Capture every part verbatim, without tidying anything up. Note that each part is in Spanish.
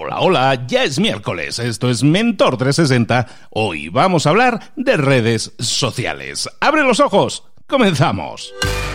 Hola, hola, ya es miércoles, esto es Mentor trescientos sesenta, hoy vamos a hablar de redes sociales. ¡Abre los ojos! ¡Comenzamos!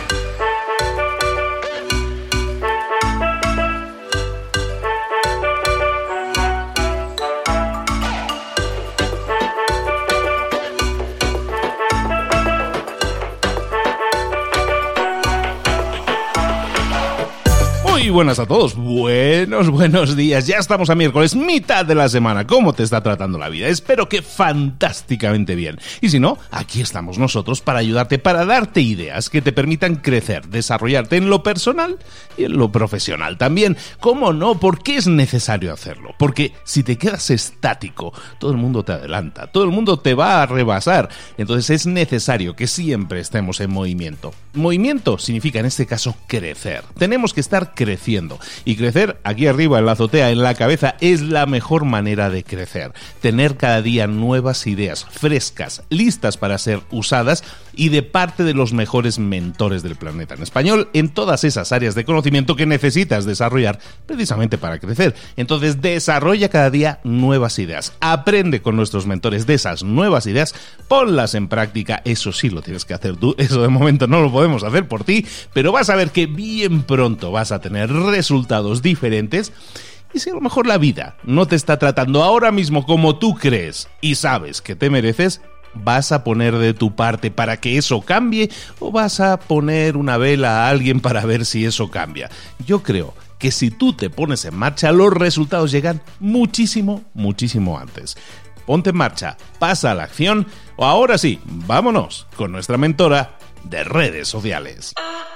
Muy buenas a todos, buenos, buenos días, ya estamos a miércoles, mitad de la semana. ¿Cómo te está tratando la vida? Espero que fantásticamente bien. Y si no, aquí estamos nosotros para ayudarte, para darte ideas que te permitan crecer, desarrollarte en lo personal y en lo profesional también. ¿Cómo no? ¿Por qué es necesario hacerlo? Porque si te quedas estático, todo el mundo te adelanta, todo el mundo te va a rebasar. Entonces es necesario que siempre estemos en movimiento. Movimiento significa en este caso crecer. Tenemos que estar creciendo. Creciendo. Y crecer aquí arriba en la azotea, en la cabeza, es la mejor manera de crecer. Tener cada día nuevas ideas frescas, listas para ser usadas y de parte de los mejores mentores del planeta en español en todas esas áreas de conocimiento que necesitas desarrollar precisamente para crecer. Entonces desarrolla cada día nuevas ideas. Aprende con nuestros mentores de esas nuevas ideas, ponlas en práctica. Eso sí lo tienes que hacer tú. Eso de momento no lo podemos hacer por ti, pero vas a ver que bien pronto vas a tener resultados diferentes. Y si a lo mejor la vida no te está tratando ahora mismo como tú crees y sabes que te mereces, ¿vas a poner de tu parte para que eso cambie o vas a poner una vela a alguien para ver si eso cambia? Yo creo que si tú te pones en marcha, los resultados llegan muchísimo, muchísimo antes. Ponte en marcha, pasa a la acción. O ahora sí, vámonos con nuestra mentora de redes sociales.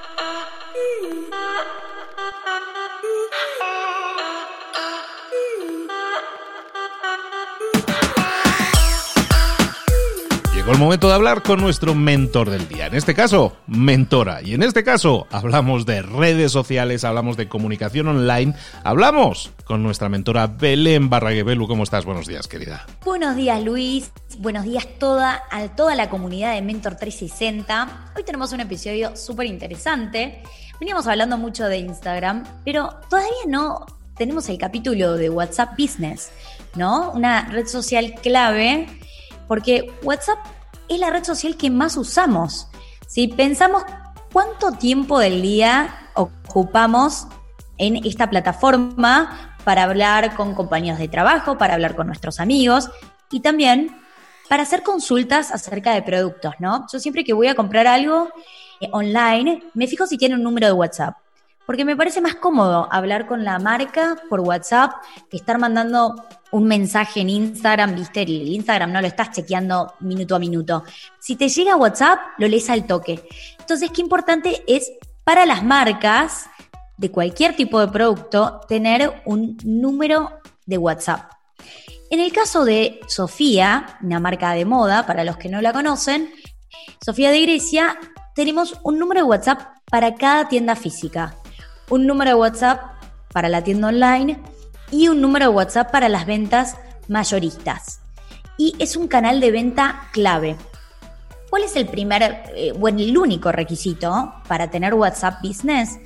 Llegó el momento de hablar con nuestro mentor del día, en este caso, mentora. Y en este caso, hablamos de redes sociales, hablamos de comunicación online, hablamos con nuestra mentora Belén Barraguer. Belu, ¿cómo estás? Buenos días, querida. Buenos días, Luis. Buenos días toda, a toda la comunidad de Mentor trescientos sesenta. Hoy tenemos un episodio súper interesante. Veníamos hablando mucho de Instagram, pero todavía no tenemos el capítulo de WhatsApp Business, ¿no? Una red social clave, porque WhatsApp es la red social que más usamos. Si pensamos cuánto tiempo del día ocupamos en esta plataforma para hablar con compañeros de trabajo, para hablar con nuestros amigos y también para hacer consultas acerca de productos, ¿no? Yo siempre que voy a comprar algo eh, online, me fijo si tiene un número de WhatsApp, porque me parece más cómodo hablar con la marca por WhatsApp que estar mandando un mensaje en Instagram, ¿viste? El Instagram no lo estás chequeando minuto a minuto. Si te llega WhatsApp, lo lees al toque. Entonces, qué importante es para las marcas de cualquier tipo de producto tener un número de WhatsApp. En el caso de Sofía, una marca de moda, para los que no la conocen, Sofía de Grecia, tenemos un número de WhatsApp para cada tienda física, un número de WhatsApp para la tienda online y un número de WhatsApp para las ventas mayoristas. Y es un canal de venta clave. ¿Cuál es el primer, eh, bueno, el único requisito para tener WhatsApp Business?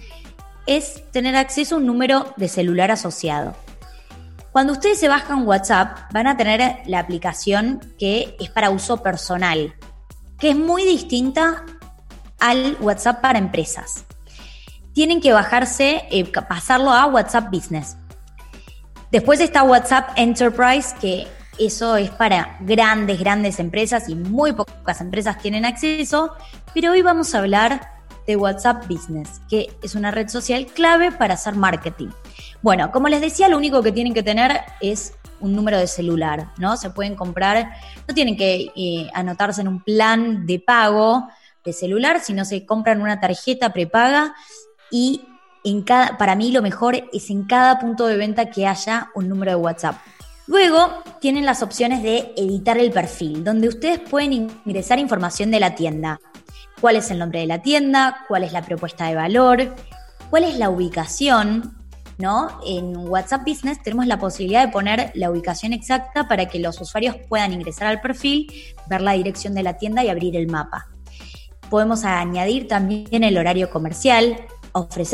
Es tener acceso a un número de celular asociado. Cuando ustedes se bajan WhatsApp, van a tener la aplicación que es para uso personal, que es muy distinta al WhatsApp para empresas. Tienen que bajarse, eh, pasarlo a WhatsApp Business. Después está WhatsApp Enterprise, que eso es para grandes, grandes empresas y muy pocas empresas tienen acceso, pero hoy vamos a hablar de WhatsApp Business, que es una red social clave para hacer marketing. Bueno, como les decía, lo único que tienen que tener es un número de celular, ¿no? Se pueden comprar, no tienen que eh, anotarse en un plan de pago de celular, sino se compran una tarjeta prepaga y en cada, para mí lo mejor es en cada punto de venta que haya un número de WhatsApp. Luego tienen las opciones de editar el perfil, donde ustedes pueden ingresar información de la tienda. ¿Cuál es el nombre de la tienda? ¿Cuál es la propuesta de valor? ¿Cuál es la ubicación? ¿No? En WhatsApp Business tenemos la posibilidad de poner la ubicación exacta para que los usuarios puedan ingresar al perfil, ver la dirección de la tienda y abrir el mapa. Podemos añadir también el horario comercial, ofrecer un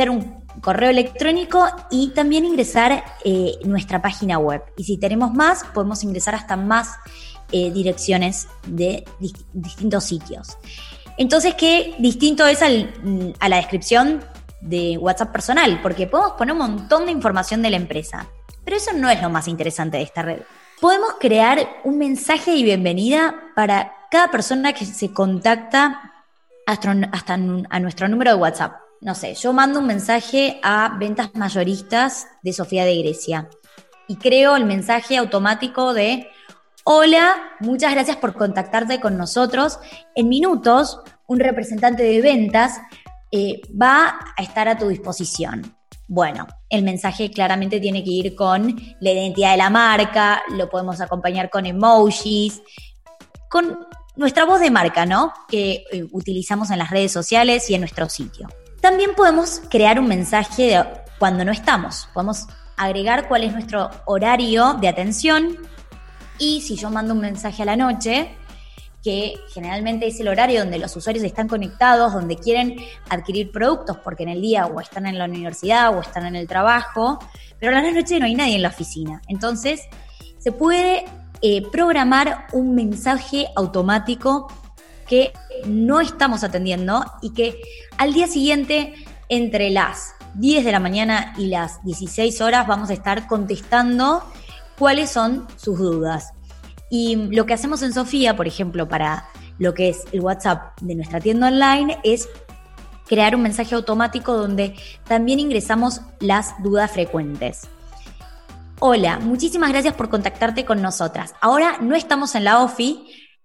correo electrónico y también ingresar eh, nuestra página web. Y si tenemos más, podemos ingresar hasta más eh, direcciones de dist- distintos sitios. Entonces, ¿qué distinto es al, a la descripción de WhatsApp personal? Porque podemos poner un montón de información de la empresa. Pero eso no es lo más interesante de esta red. Podemos crear un mensaje de bienvenida para cada persona que se contacta hasta, hasta a nuestro número de WhatsApp. No sé, yo mando un mensaje a ventas mayoristas de Sofía de Grecia y creo el mensaje automático de: hola, muchas gracias por contactarte con nosotros. En minutos, un representante de ventas eh, va a estar a tu disposición. Bueno, el mensaje claramente tiene que ir con la identidad de la marca, lo podemos acompañar con emojis, con nuestra voz de marca, ¿no? Que eh, utilizamos en las redes sociales y en nuestro sitio. También podemos crear un mensaje de cuando no estamos. Podemos agregar cuál es nuestro horario de atención. Y si yo mando un mensaje a la noche, que generalmente es el horario donde los usuarios están conectados, donde quieren adquirir productos, porque en el día o están en la universidad o están en el trabajo, pero a la noche no hay nadie en la oficina. Entonces, se puede eh, programar un mensaje automático que no estamos atendiendo y que al día siguiente, entre las diez de la mañana y las dieciséis horas, vamos a estar contestando cuáles son sus dudas. Y lo que hacemos en Sofía, por ejemplo, para lo que es el WhatsApp de nuestra tienda online, es crear un mensaje automático donde también ingresamos las dudas frecuentes. Hola, muchísimas gracias por contactarte con nosotras. Ahora no estamos en la ofi,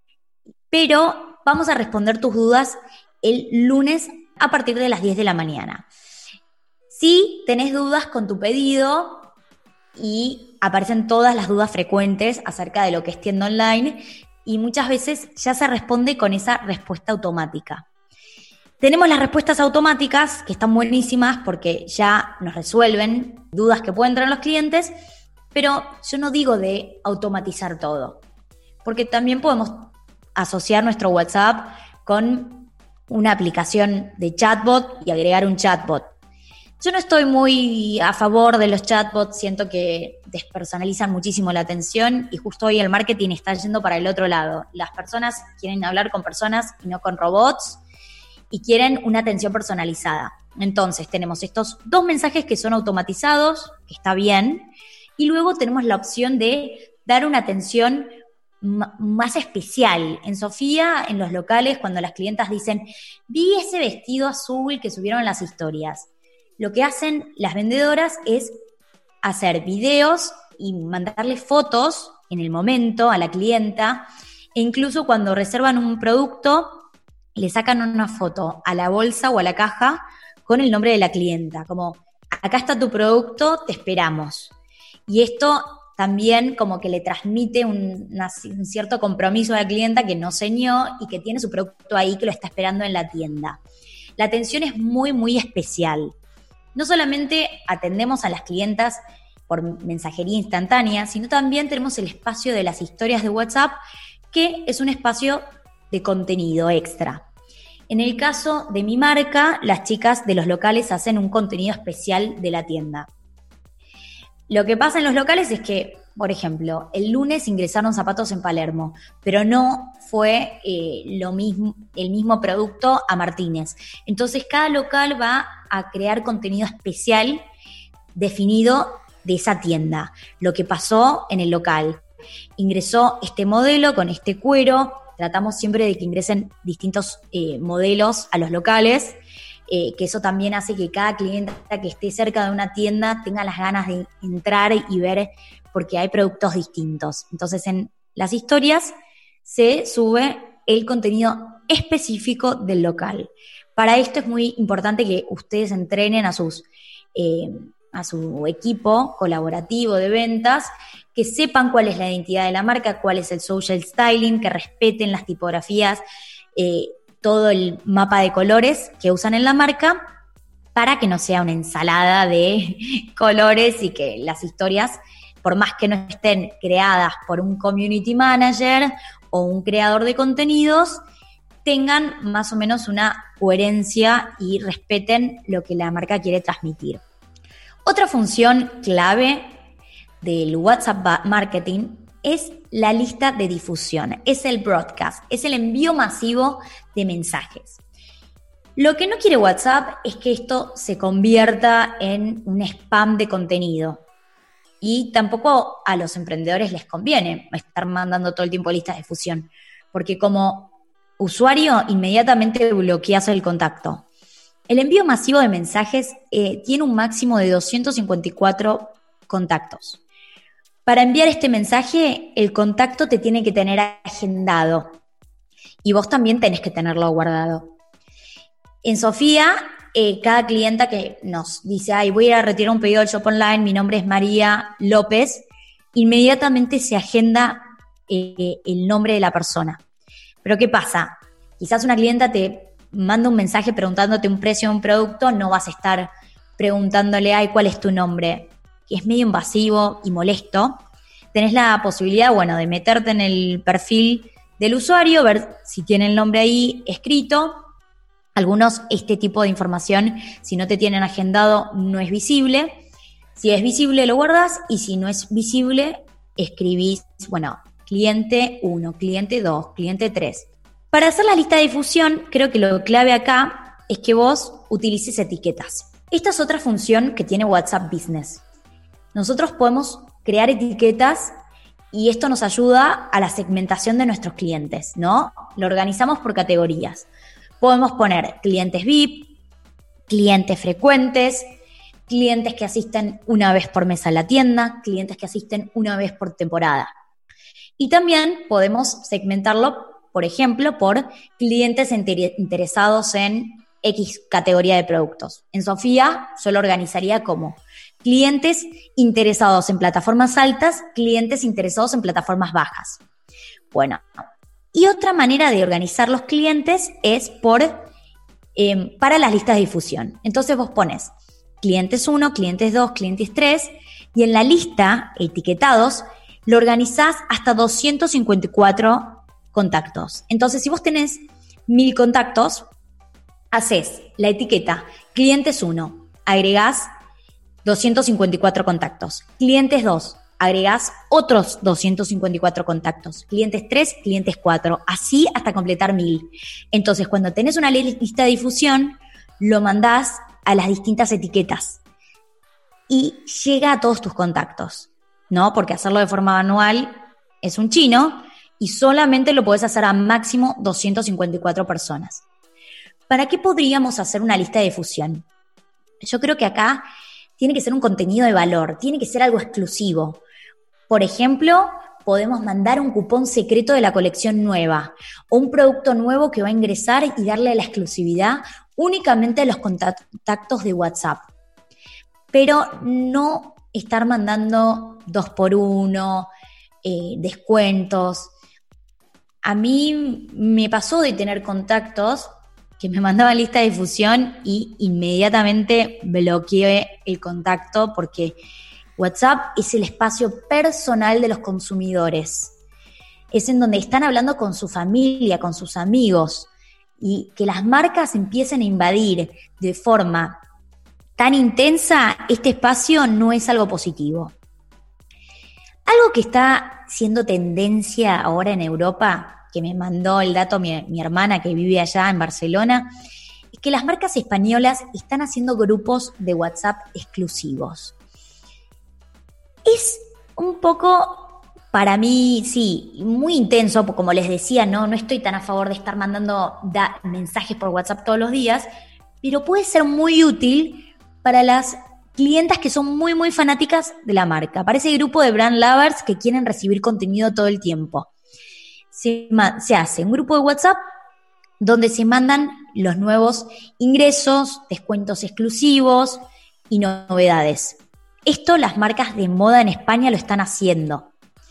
pero vamos a responder tus dudas el lunes a partir de las diez de la mañana. Si tenés dudas con tu pedido y aparecen todas las dudas frecuentes acerca de lo que es tienda online y muchas veces ya se responde con esa respuesta automática. Tenemos las respuestas automáticas que están buenísimas porque ya nos resuelven dudas que pueden tener los clientes, pero yo no digo de automatizar todo, porque también podemos asociar nuestro WhatsApp con una aplicación de chatbot y agregar un chatbot. Yo no estoy muy a favor de los chatbots, siento que despersonalizan muchísimo la atención y justo hoy el marketing está yendo para el otro lado. Las personas quieren hablar con personas y no con robots y quieren una atención personalizada. Entonces tenemos estos dos mensajes que son automatizados, que está bien, y luego tenemos la opción de dar una atención más especial. En Sofía, en los locales, cuando las clientas dicen, vi ese vestido azul que subieron en las historias, lo que hacen las vendedoras es hacer videos y mandarle fotos en el momento a la clienta, e incluso cuando reservan un producto, le sacan una foto a la bolsa o a la caja con el nombre de la clienta, como, acá está tu producto, te esperamos. Y esto también como que le transmite un, una, un cierto compromiso a la clienta que no ceñó y que tiene su producto ahí, que lo está esperando en la tienda. La atención es muy, muy especial. No solamente atendemos a las clientas por mensajería instantánea, sino también tenemos el espacio de las historias de WhatsApp, que es un espacio de contenido extra. En el caso de mi marca, las chicas de los locales hacen un contenido especial de la tienda. Lo que pasa en los locales es que, por ejemplo, el lunes ingresaron zapatos en Palermo, pero no fue eh, lo mismo, el mismo producto a Martínez. Entonces, cada local va a crear contenido especial definido de esa tienda. Lo que pasó en el local. Ingresó este modelo con este cuero. Tratamos siempre de que ingresen distintos eh, modelos a los locales. Eh, que eso también hace que cada clienta que esté cerca de una tienda tenga las ganas de entrar y ver, porque hay productos distintos. Entonces, en las historias se sube el contenido específico del local. Para esto es muy importante que ustedes entrenen a sus eh, a su equipo colaborativo de ventas, que sepan cuál es la identidad de la marca, cuál es el social styling, que respeten las tipografías, eh, todo el mapa de colores que usan en la marca, para que no sea una ensalada de colores y que las historias, por más que no estén creadas por un community manager o un creador de contenidos, tengan más o menos una coherencia y respeten lo que la marca quiere transmitir. Otra función clave del WhatsApp marketing es la lista de difusión, es el broadcast, es el envío masivo de mensajes. Lo que no quiere WhatsApp es que esto se convierta en un spam de contenido. Y tampoco a los emprendedores les conviene estar mandando todo el tiempo listas de difusión, porque como usuario inmediatamente bloqueas el contacto. El envío masivo de mensajes eh, tiene un máximo de doscientos cincuenta y cuatro contactos. Para enviar este mensaje, el contacto te tiene que tener agendado y vos también tenés que tenerlo guardado. En Sofía, eh, cada clienta que nos dice, ay, voy a ir a retirar un pedido del shop online, mi nombre es María López, inmediatamente se agenda eh, el nombre de la persona. Pero ¿qué pasa? Quizás una clienta te manda un mensaje preguntándote un precio de un producto, no vas a estar preguntándole, ay, ¿cuál es tu nombre? Que es medio invasivo y molesto. Tenés la posibilidad, bueno, de meterte en el perfil del usuario, ver si tiene el nombre ahí escrito. Algunos, este tipo de información, si no te tienen agendado, no es visible. Si es visible, lo guardas, y si no es visible, escribís, bueno, cliente uno, cliente dos, cliente tres. Para hacer la lista de difusión, creo que lo clave acá es que vos utilices etiquetas. Esta es otra función que tiene WhatsApp Business. Nosotros podemos crear etiquetas y esto nos ayuda a la segmentación de nuestros clientes, ¿no? Lo organizamos por categorías. Podemos poner clientes V I P, clientes frecuentes, clientes que asisten una vez por mes a la tienda, clientes que asisten una vez por temporada. Y también podemos segmentarlo, por ejemplo, por clientes inter- interesados en X categoría de productos. En Sofía yo lo organizaría como clientes interesados en plataformas altas, clientes interesados en plataformas bajas. Bueno, y otra manera de organizar los clientes es por eh, para las listas de difusión. Entonces vos pones clientes uno, clientes dos, clientes tres, y en la lista, etiquetados, lo organizás hasta doscientos cincuenta y cuatro contactos. Entonces, si vos tenés mil contactos, haces la etiqueta clientes uno, agregás doscientos cincuenta y cuatro contactos. Clientes dos, agregás otros doscientos cincuenta y cuatro contactos. Clientes tres, clientes cuatro, así hasta completar mil. Entonces, cuando tenés una lista de difusión, lo mandás a las distintas etiquetas y llega a todos tus contactos, ¿no? Porque hacerlo de forma manual es un chino y solamente lo podés hacer a máximo doscientas cincuenta y cuatro personas. ¿Para qué podríamos hacer una lista de difusión? Yo creo que acá tiene que ser un contenido de valor, tiene que ser algo exclusivo. Por ejemplo, podemos mandar un cupón secreto de la colección nueva o un producto nuevo que va a ingresar y darle la exclusividad únicamente a los contactos de WhatsApp. Pero no estar mandando dos por uno, eh, descuentos. A mí me pasó de tener contactos que me mandaban lista de difusión y inmediatamente bloqueé el contacto porque WhatsApp es el espacio personal de los consumidores. Es en donde están hablando con su familia, con sus amigos, y que las marcas empiecen a invadir de forma tan intensa este espacio no es algo positivo. Algo que está siendo tendencia ahora en Europa, que me mandó el dato mi, mi hermana que vive allá en Barcelona, es que las marcas españolas están haciendo grupos de WhatsApp exclusivos. Es un poco, para mí, sí, muy intenso, como les decía, no, no estoy tan a favor de estar mandando da- mensajes por WhatsApp todos los días, pero puede ser muy útil para las clientas que son muy, muy fanáticas de la marca. Para ese grupo de brand lovers que quieren recibir contenido todo el tiempo. Se, se hace un grupo de WhatsApp donde se mandan los nuevos ingresos, descuentos exclusivos y novedades. Esto las marcas de moda en España lo están haciendo.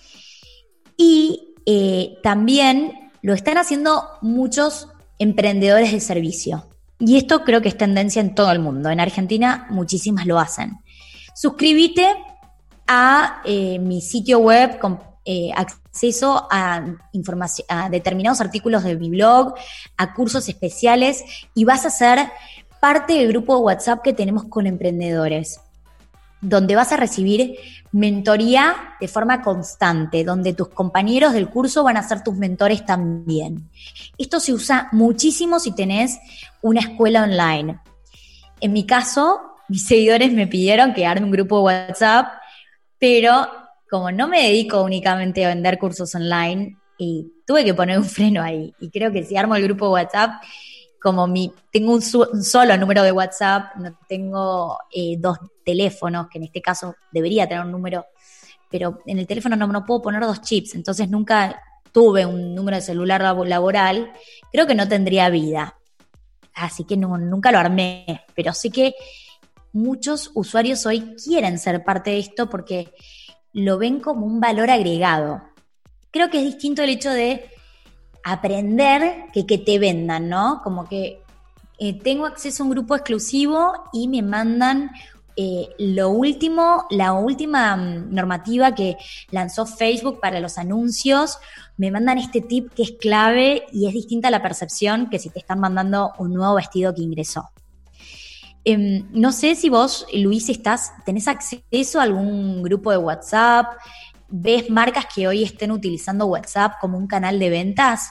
Y eh, también lo están haciendo muchos emprendedores de servicio. Y esto creo que es tendencia en todo el mundo. En Argentina muchísimas lo hacen. Suscríbete a eh, mi sitio web con eh, acceso a, información, a determinados artículos de mi blog, a cursos especiales y vas a ser parte del grupo de WhatsApp que tenemos con emprendedores, donde vas a recibir mentoría de forma constante, donde tus compañeros del curso van a ser tus mentores también. Esto se usa muchísimo si tenés una escuela online. En mi caso, mis seguidores me pidieron que arme un grupo de WhatsApp, pero como no me dedico únicamente a vender cursos online, y tuve que poner un freno ahí. Y creo que si armo el grupo de WhatsApp, como mi, tengo un, su, un solo número de WhatsApp, no tengo eh, dos teléfonos, que en este caso debería tener un número, pero en el teléfono no, no puedo poner dos chips, entonces nunca tuve un número de celular laboral, creo que no tendría vida. Así que no, nunca lo armé, pero sé que muchos usuarios hoy quieren ser parte de esto porque lo ven como un valor agregado. Creo que es distinto el hecho de aprender que que te vendan, ¿no? Como que eh, tengo acceso a un grupo exclusivo y me mandan eh, lo último, la última um, normativa que lanzó Facebook para los anuncios. Me mandan este tip que es clave y es distinta a la percepción que si te están mandando un nuevo vestido que ingresó. Eh, no sé si vos, Luis, estás, tenés acceso a algún grupo de WhatsApp. ¿Ves marcas que hoy estén utilizando WhatsApp como un canal de ventas?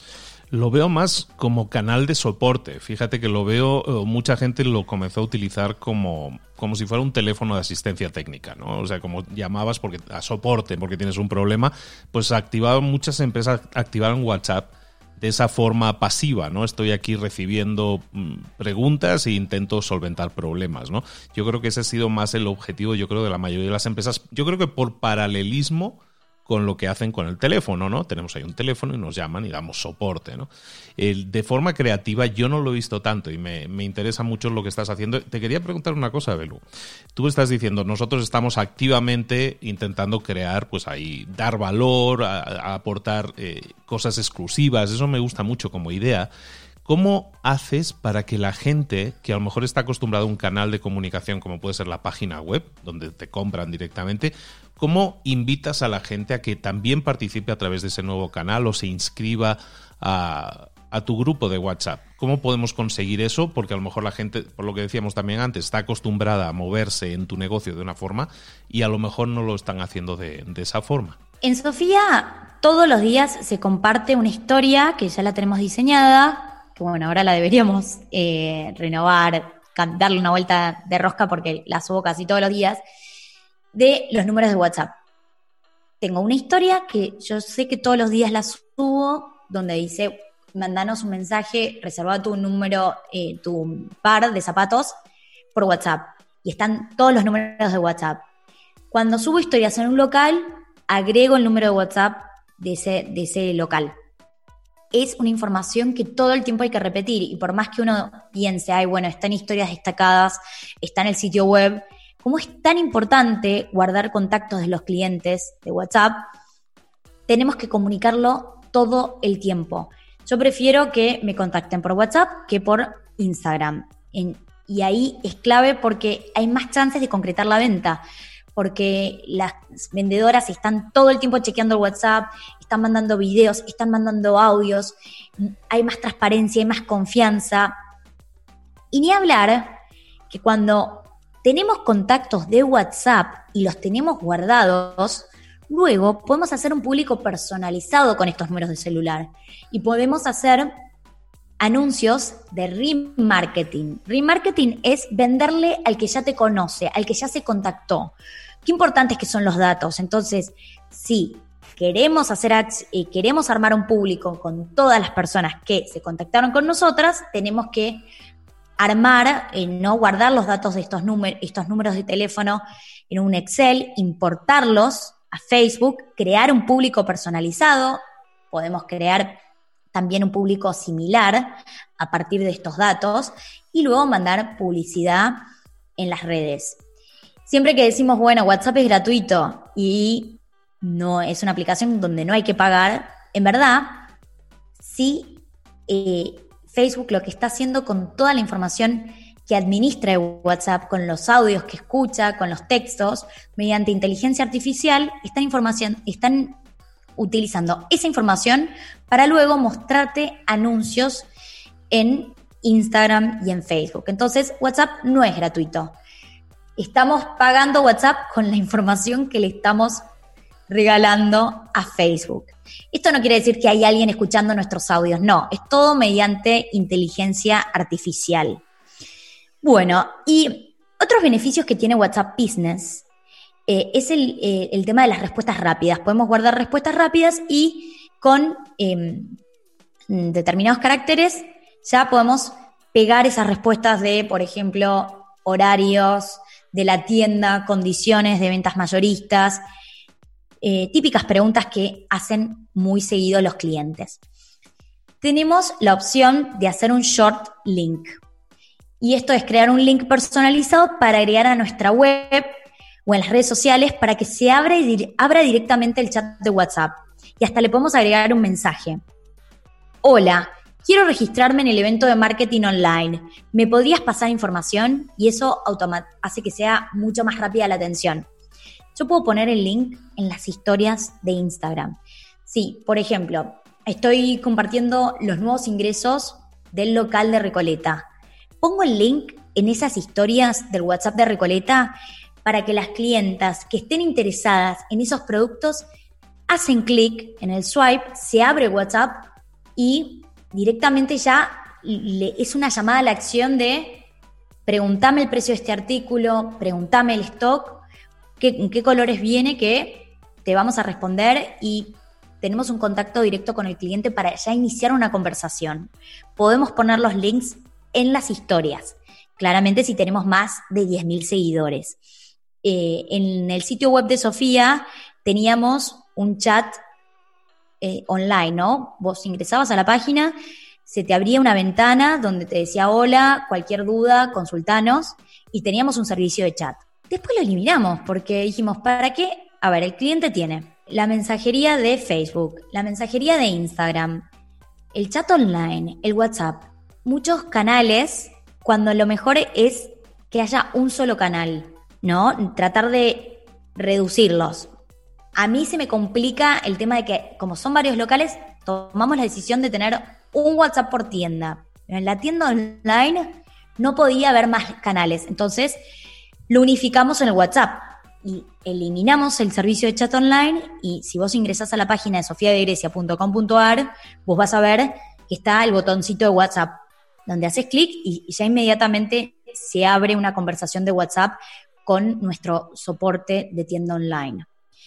Lo veo más como canal de soporte. Fíjate que lo veo, mucha gente lo comenzó a utilizar como, como si fuera un teléfono de asistencia técnica, ¿no? O sea, como llamabas porque a soporte porque tienes un problema, pues activaban, muchas empresas activaron WhatsApp de esa forma pasiva, ¿no? Estoy aquí recibiendo mm, preguntas e intento solventar problemas, ¿no? Yo creo que ese ha sido más el objetivo, yo creo, de la mayoría de las empresas. Yo creo que por paralelismo con lo que hacen con el teléfono, ¿no? Tenemos ahí un teléfono y nos llaman y damos soporte, ¿no? El, de forma creativa yo no lo he visto tanto y me, me interesa mucho lo que estás haciendo. Te quería preguntar una cosa, Belu. Tú estás diciendo, nosotros estamos activamente intentando crear, pues ahí, dar valor, a, a aportar eh, cosas exclusivas. Eso me gusta mucho como idea. ¿Cómo haces para que la gente que a lo mejor está acostumbrada a un canal de comunicación como puede ser la página web, donde te compran directamente, cómo invitas a la gente a que también participe a través de ese nuevo canal o se inscriba a, a tu grupo de WhatsApp? ¿Cómo podemos conseguir eso? Porque a lo mejor la gente, por lo que decíamos también antes, está acostumbrada a moverse en tu negocio de una forma y a lo mejor no lo están haciendo de, de esa forma. En Sofía todos los días se comparte una historia que ya la tenemos diseñada, que bueno, ahora la deberíamos eh, renovar, darle una vuelta de rosca porque la subo casi todos los días, de los números de WhatsApp. Tengo una historia que yo sé que todos los días la subo, donde dice, mandanos un mensaje, reserva tu número, eh, tu par de zapatos por WhatsApp. Y están todos los números de WhatsApp. Cuando subo historias en un local, agrego el número de WhatsApp de ese, de ese local. Es una información que todo el tiempo hay que repetir y por más que uno piense, ay, bueno, está en historias destacadas, está en el sitio web, como es tan importante guardar contactos de los clientes de WhatsApp, tenemos que comunicarlo todo el tiempo. Yo prefiero que me contacten por WhatsApp que por Instagram. En, y ahí es clave porque hay más chances de concretar la venta, porque las vendedoras están todo el tiempo chequeando el WhatsApp, están mandando videos, están mandando audios, hay más transparencia, hay más confianza. Y ni hablar que cuando tenemos contactos de WhatsApp y los tenemos guardados, luego podemos hacer un público personalizado con estos números de celular y podemos hacer anuncios de remarketing. Remarketing es venderle al que ya te conoce, al que ya se contactó. Qué importantes que son los datos. Entonces, si queremos hacer, eh, queremos armar un público con todas las personas que se contactaron con nosotras, tenemos que armar, eh, no guardar los datos de estos, númer- estos números de teléfono en un Excel, importarlos a Facebook, crear un público personalizado. Podemos crear también un público similar a partir de estos datos y luego mandar publicidad en las redes. Siempre que decimos, bueno, WhatsApp es gratuito y no es una aplicación donde no hay que pagar, en verdad, sí, eh, Facebook lo que está haciendo con toda la información que administra WhatsApp con los audios que escucha, con los textos, mediante inteligencia artificial, están, información, están utilizando esa información para luego mostrarte anuncios en Instagram y en Facebook. Entonces, WhatsApp no es gratuito. Estamos pagando WhatsApp con la información que le estamos regalando a Facebook. Esto no quiere decir que hay alguien escuchando nuestros audios, no, es todo mediante inteligencia artificial. Bueno, y otros beneficios que tiene WhatsApp Business eh, es el, eh, el tema de las respuestas rápidas. Podemos guardar respuestas rápidas y con eh, determinados caracteres ya podemos pegar esas respuestas de, por ejemplo, horarios de la tienda, condiciones de ventas mayoristas, eh, típicas preguntas que hacen muy seguido los clientes. Tenemos la opción de hacer un short link. Y esto es crear un link personalizado para agregar a nuestra web o en las redes sociales para que se abra, y abra directamente el chat de WhatsApp. Y hasta le podemos agregar un mensaje. Hola, quiero registrarme en el evento de marketing online. ¿Me podrías pasar información? Y eso automa- hace que sea mucho más rápida la atención. Yo puedo poner el link en las historias de Instagram. Sí, por ejemplo, estoy compartiendo los nuevos ingresos del local de Recoleta. Pongo el link en esas historias del WhatsApp de Recoleta para que las clientas que estén interesadas en esos productos hacen clic en el swipe, se abre WhatsApp y directamente ya le, es una llamada a la acción de preguntame el precio de este artículo, preguntame el stock, qué, en qué colores viene, que te vamos a responder y tenemos un contacto directo con el cliente para ya iniciar una conversación. Podemos poner los links en las historias, claramente si tenemos más de diez mil seguidores. Eh, en el sitio web de Sofía teníamos un chat eh, online, ¿no? Vos ingresabas a la página, se te abría una ventana donde te decía hola, cualquier duda, consultanos, y teníamos un servicio de chat. Después lo eliminamos porque dijimos, ¿para qué? A ver, el cliente tiene la mensajería de Facebook, la mensajería de Instagram, el chat online, el WhatsApp, muchos canales, cuando lo mejor es que haya un solo canal, ¿no? Tratar de reducirlos. A mí se me complica el tema de que, como son varios locales, tomamos la decisión de tener un WhatsApp por tienda. Pero en la tienda online no podía haber más canales. Entonces, lo unificamos en el WhatsApp y eliminamos el servicio de chat online. Y si vos ingresás a la página de sofia de grecia punto com punto a r, vos vas a ver que está el botoncito de WhatsApp, donde haces clic y ya inmediatamente se abre una conversación de WhatsApp con nuestro soporte de tienda online.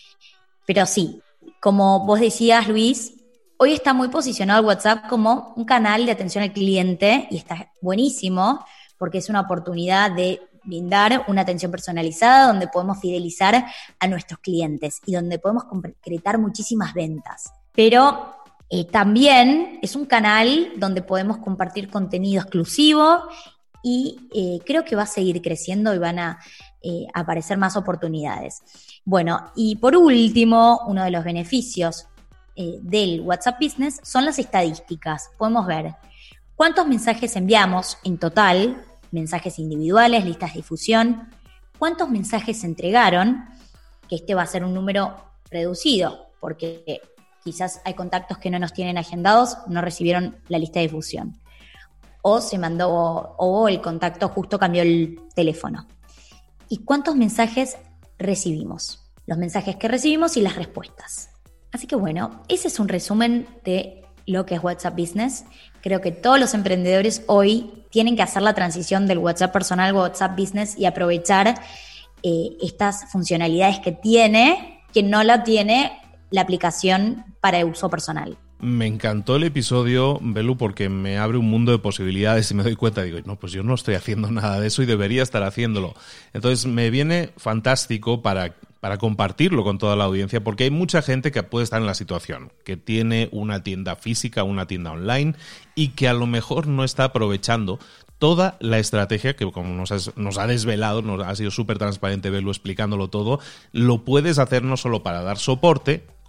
Pero sí, como vos decías, Luis, hoy está muy posicionado el WhatsApp como un canal de atención al cliente y está buenísimo porque es una oportunidad de brindar una atención personalizada donde podemos fidelizar a nuestros clientes y donde podemos concretar muchísimas ventas. Pero Eh, también es un canal donde podemos compartir contenido exclusivo y eh, creo que va a seguir creciendo y van a eh, aparecer más oportunidades. Bueno, y por último, uno de los beneficios eh, del WhatsApp Business son las estadísticas. Podemos ver cuántos mensajes enviamos en total, mensajes individuales, listas de difusión, cuántos mensajes se entregaron, que este va a ser un número reducido, porque quizás hay contactos que no nos tienen agendados, no recibieron la lista de difusión. O se mandó, o el contacto justo cambió el teléfono. ¿Y cuántos mensajes recibimos? Los mensajes que recibimos y las respuestas. Así que bueno, ese es un resumen de lo que es WhatsApp Business. Creo que todos los emprendedores hoy tienen que hacer la transición del WhatsApp personal a WhatsApp Business y aprovechar eh, estas funcionalidades que tiene, que no la tiene la aplicación para uso personal. Me encantó el episodio, Belu, porque me abre un mundo de posibilidades y me doy cuenta, digo, no, pues yo no estoy haciendo nada de eso y debería estar haciéndolo. Entonces me viene fantástico para, para compartirlo con toda la audiencia, porque hay mucha gente que puede estar en la situación, que tiene una tienda física, una tienda online y que a lo mejor no está aprovechando toda la estrategia que, como nos, has, nos ha desvelado, nos ha sido súper transparente Belu explicándolo todo, lo puedes hacer no solo para dar soporte,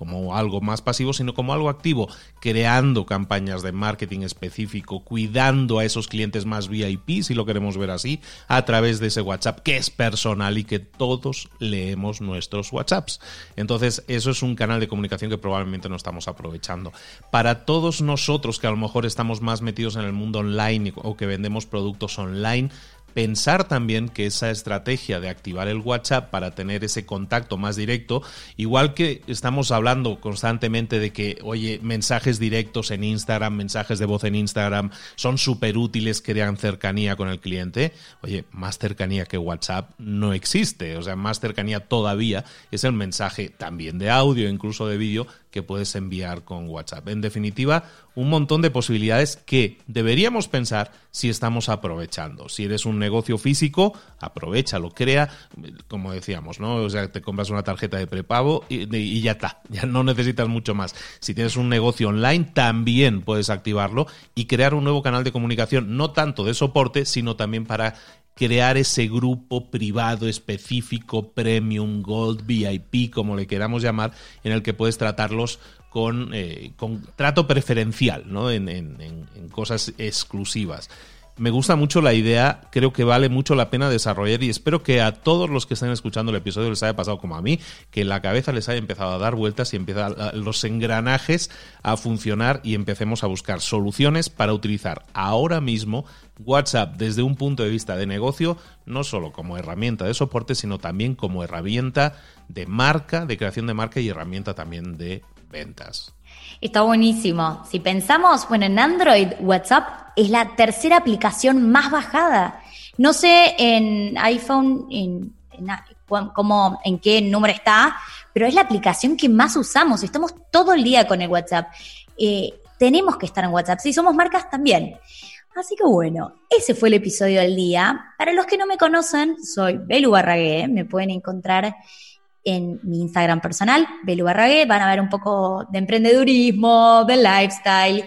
como algo más pasivo, sino como algo activo, creando campañas de marketing específico, cuidando a esos clientes más V I P, si lo queremos ver así, a través de ese WhatsApp que es personal y que todos leemos nuestros WhatsApps. Entonces, eso es un canal de comunicación que probablemente no estamos aprovechando. Para todos nosotros que a lo mejor estamos más metidos en el mundo online o que vendemos productos online, pensar también que esa estrategia de activar el WhatsApp para tener ese contacto más directo, igual que estamos hablando constantemente de que, oye, mensajes directos en Instagram, mensajes de voz en Instagram son súper útiles, crean cercanía con el cliente. Oye, más cercanía que WhatsApp no existe, o sea, más cercanía todavía es el mensaje también de audio, incluso de vídeo, que puedes enviar con WhatsApp. En definitiva, un montón de posibilidades que deberíamos pensar si estamos aprovechando. Si eres un negocio físico, aprovéchalo, crea, como decíamos, ¿no? O sea, te compras una tarjeta de prepago y, y ya está, ya no necesitas mucho más. Si tienes un negocio online, también puedes activarlo y crear un nuevo canal de comunicación, no tanto de soporte, sino también para crear ese grupo privado específico, premium, gold, V I P, como le queramos llamar, en el que puedes tratarlos con, eh, con trato preferencial, ¿no? En, en, en, en cosas exclusivas. Me gusta mucho la idea, creo que vale mucho la pena desarrollar y espero que a todos los que estén escuchando el episodio les haya pasado como a mí, que la cabeza les haya empezado a dar vueltas y empiezan los engranajes a funcionar y empecemos a buscar soluciones para utilizar ahora mismo WhatsApp desde un punto de vista de negocio, no solo como herramienta de soporte, sino también como herramienta de marca, de creación de marca y herramienta también de ventas. Está buenísimo. Si pensamos, bueno, en Android, WhatsApp es la tercera aplicación más bajada. No sé en iPhone en, en, cómo, en qué número está, pero es la aplicación que más usamos. Estamos todo el día con el WhatsApp. Eh, tenemos que estar en WhatsApp. Si somos marcas, también. Así que bueno, ese fue el episodio del día. Para los que no me conocen, soy Belu Barragué. Me pueden encontrar en mi Instagram personal, Belu Barragué. Van a ver un poco de emprendedurismo, de lifestyle.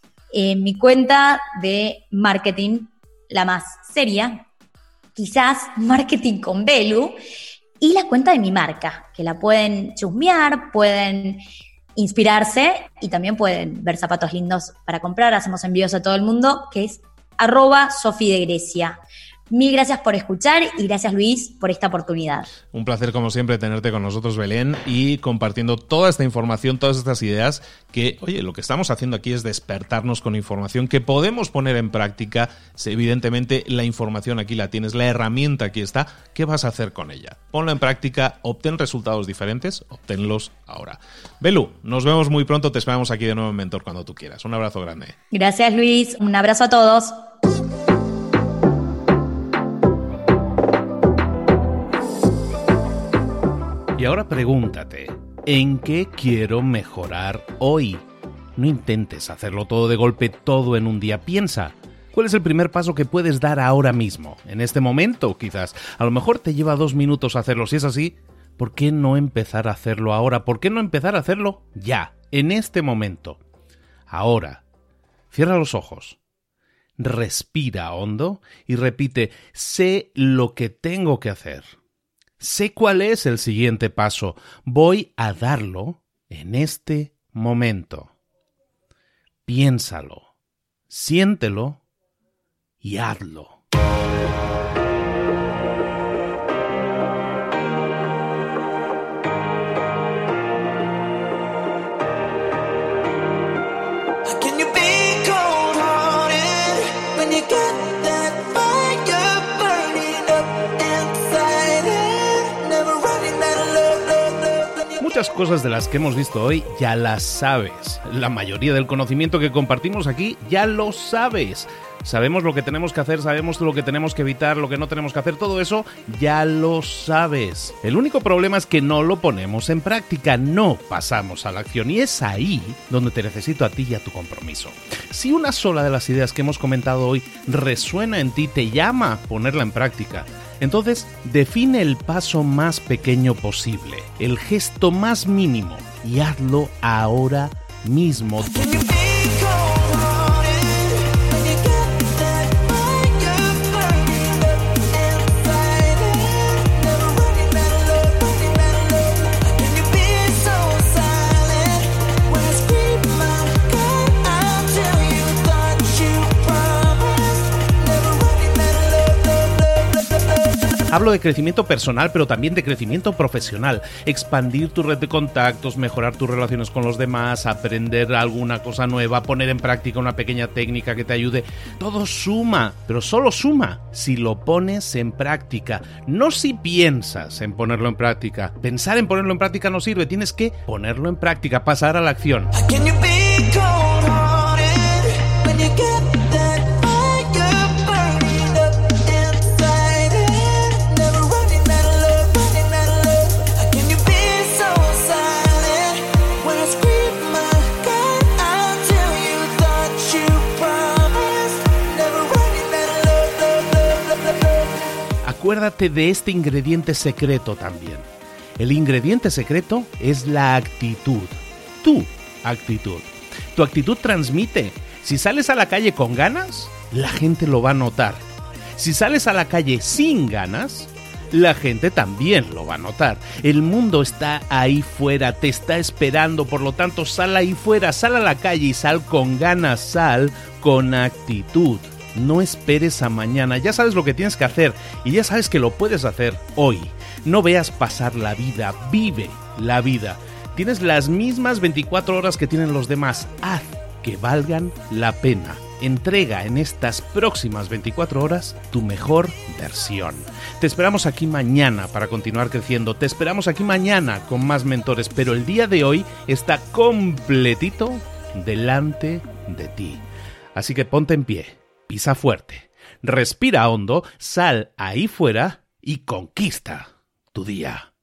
En mi cuenta de marketing, la más seria, quizás Marketing con Belu, y la cuenta de mi marca, que la pueden chusmear, pueden inspirarse y también pueden ver zapatos lindos para comprar. Hacemos envíos a todo el mundo, que es arroba Sofi de Grecia. Mil gracias por escuchar y gracias, Luis, por esta oportunidad. Un placer, como siempre, tenerte con nosotros, Belén, y compartiendo toda esta información, todas estas ideas que, oye, lo que estamos haciendo aquí es despertarnos con información que podemos poner en práctica. Evidentemente, la información aquí la tienes, la herramienta aquí está. ¿Qué vas a hacer con ella? Ponla en práctica, obtén resultados diferentes, obténlos ahora. Belu, nos vemos muy pronto, te esperamos aquí de nuevo en Mentor cuando tú quieras. Un abrazo grande. Gracias, Luis. Un abrazo a todos. Y ahora pregúntate, ¿en qué quiero mejorar hoy? No intentes hacerlo todo de golpe, todo en un día. Piensa, ¿cuál es el primer paso que puedes dar ahora mismo? En este momento, quizás. A lo mejor te lleva dos minutos hacerlo. Si es así, ¿por qué no empezar a hacerlo ahora? ¿Por qué no empezar a hacerlo ya, en este momento? Ahora, cierra los ojos, respira hondo y repite, sé lo que tengo que hacer. Sé cuál es el siguiente paso. Voy a darlo en este momento. Piénsalo, siéntelo y hazlo. Muchas cosas de las que hemos visto hoy ya las sabes. La mayoría del conocimiento que compartimos aquí ya lo sabes. Sabemos lo que tenemos que hacer, sabemos lo que tenemos que evitar, lo que no tenemos que hacer, todo eso ya lo sabes. El único problema es que no lo ponemos en práctica, no pasamos a la acción y es ahí donde te necesito a ti y a tu compromiso. Si una sola de las ideas que hemos comentado hoy resuena en ti, te llama a ponerla en práctica, entonces define el paso más pequeño posible, el gesto más mínimo y hazlo ahora mismo. Hablo de crecimiento personal, pero también de crecimiento profesional. Expandir tu red de contactos, mejorar tus relaciones con los demás, aprender alguna cosa nueva, poner en práctica una pequeña técnica que te ayude. Todo suma, pero solo suma si lo pones en práctica. No si piensas en ponerlo en práctica. Pensar en ponerlo en práctica no sirve. Tienes que ponerlo en práctica, pasar a la acción. Acuérdate de este ingrediente secreto también. El ingrediente secreto es la actitud. Tu actitud. Tu actitud transmite. Si sales a la calle con ganas, la gente lo va a notar. Si sales a la calle sin ganas, la gente también lo va a notar. El mundo está ahí fuera, te está esperando, por lo tanto sal ahí fuera, sal a la calle y sal con ganas, sal con actitud. No esperes a mañana, ya sabes lo que tienes que hacer y ya sabes que lo puedes hacer hoy. No veas pasar la vida, vive la vida. Tienes las mismas veinticuatro horas que tienen los demás, haz que valgan la pena. Entrega en estas próximas veinticuatro horas tu mejor versión. Te esperamos aquí mañana para continuar creciendo, te esperamos aquí mañana con más mentores, pero el día de hoy está completito delante de ti. Así que ponte en pie. Pisa fuerte, respira hondo, sal ahí fuera y conquista tu día.